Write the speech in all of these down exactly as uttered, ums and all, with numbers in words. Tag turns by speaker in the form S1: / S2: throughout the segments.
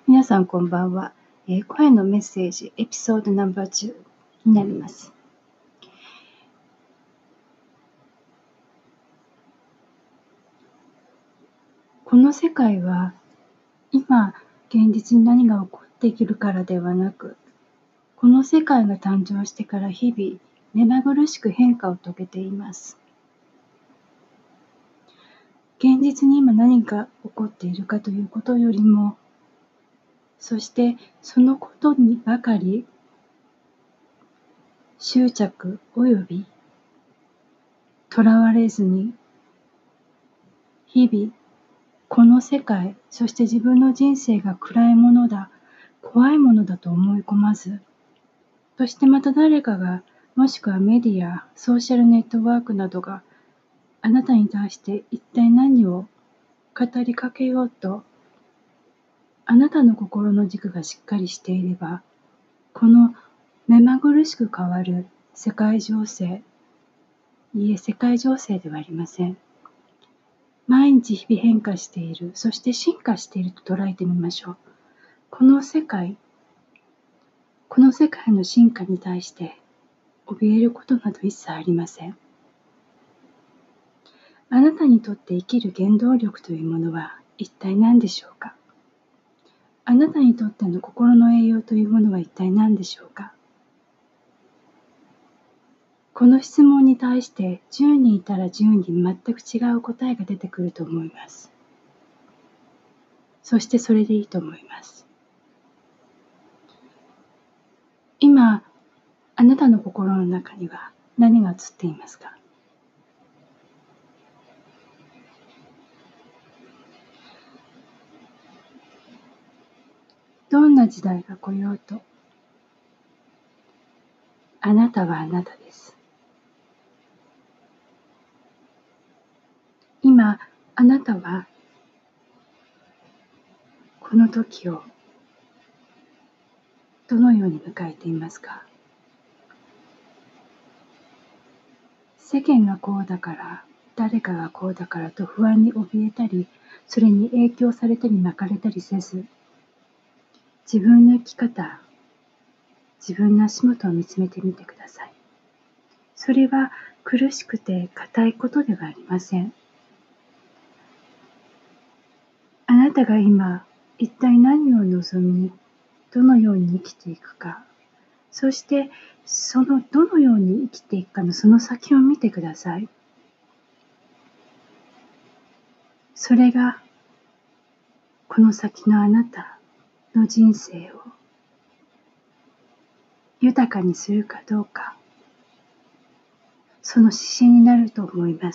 S1: 皆さんこんばんは、えー声のメッセージエピソードナンバーにになります。この世界は今現実に何が起こっているからではなく、この世界が誕生してから日々目まぐるしく変化を遂げています。現実に今何が起こっているかということよりも、そしてそのことにばかり執着およびとらわれずに、日々この世界、そして自分の人生が暗いものだ、怖いものだと思い込まず、そしてまた誰かが、もしくはメディア、ソーシャルネットワークなどがあなたに対して一体何を語りかけようと、あなたの心の軸がしっかりしていれば、この目まぐるしく変わる世界情勢、いえ世界情勢ではありません。毎日日々変化している、そして進化していると捉えてみましょう。この世界、この世界の進化に対して怯えることなど一切ありません。あなたにとって生きる原動力というものは一体何でしょうか？あなたにとっての心の栄養というものは一体何でしょうか？この質問に対してじゅうにんいたらじゅうにん全く違う答えが出てくると思います。そしてそれでいいと思います。今、あなたの心の中には何が映っていますか？どんな時代が来ようと、あなたはあなたです。今、あなたはこの時をどのように迎えていますか？世間がこうだから、誰かがこうだからと不安に怯えたり、それに影響されたり巻かれたりせず、自分の生き方、自分の足元を見つめてみてください。それは苦しくて固いことではありません。あなたが今、一体何を望み、どのように生きていくか、そしてそのどのように生きていくかのその先を見てください。それがこの先のあなたの人生を豊かにするかどうか、その指針になると思います。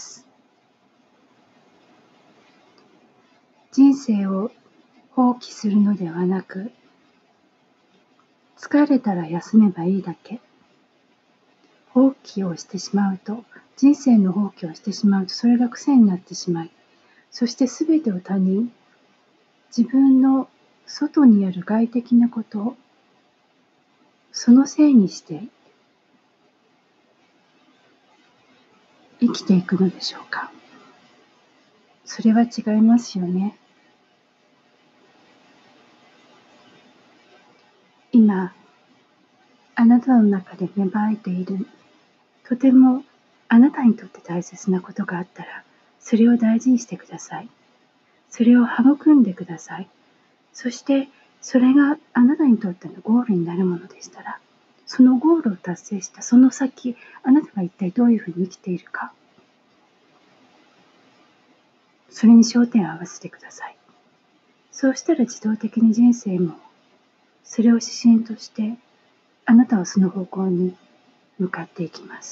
S1: 人生を放棄するのではなく、疲れたら休めばいいだけ。放棄をしてしまうと、人生の放棄をしてしまうと、それが癖になってしまい、そしてすべてを他人、自分の外にある外的なことを、そのせいにして生きていくのでしょうか。それは違いますよね。今、あなたの中で芽生えている、とてもあなたにとって大切なことがあったら、それを大事にしてください。それを育んでください。そして、それがあなたにとってのゴールになるものでしたら、そのゴールを達成したその先、あなたが一体どういうふうに生きているか、それに焦点を合わせてください。そうしたら自動的に人生も、それを指針として、あなたはその方向に向かっていきます。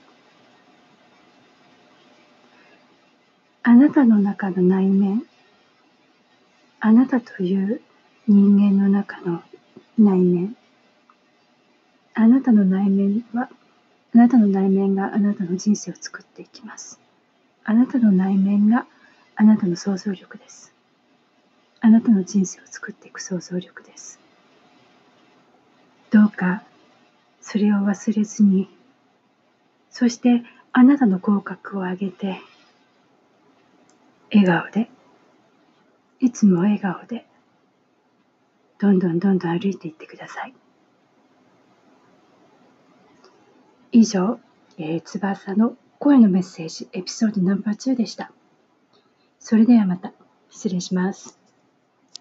S1: あなたの中の内面、あなたという人間の中の内面、あなたの内面は、あなたの内面があなたの人生を作っていきます。あなたの内面があなたの想像力です。あなたの人生を作っていく想像力です。どうかそれを忘れずに、そしてあなたの口角を上げて、笑顔で、いつも笑顔で、 どんどんどんどん歩いていってください。以上、えー、翼の声のメッセージエピソードナンバーツーでした。それではまた。失礼します。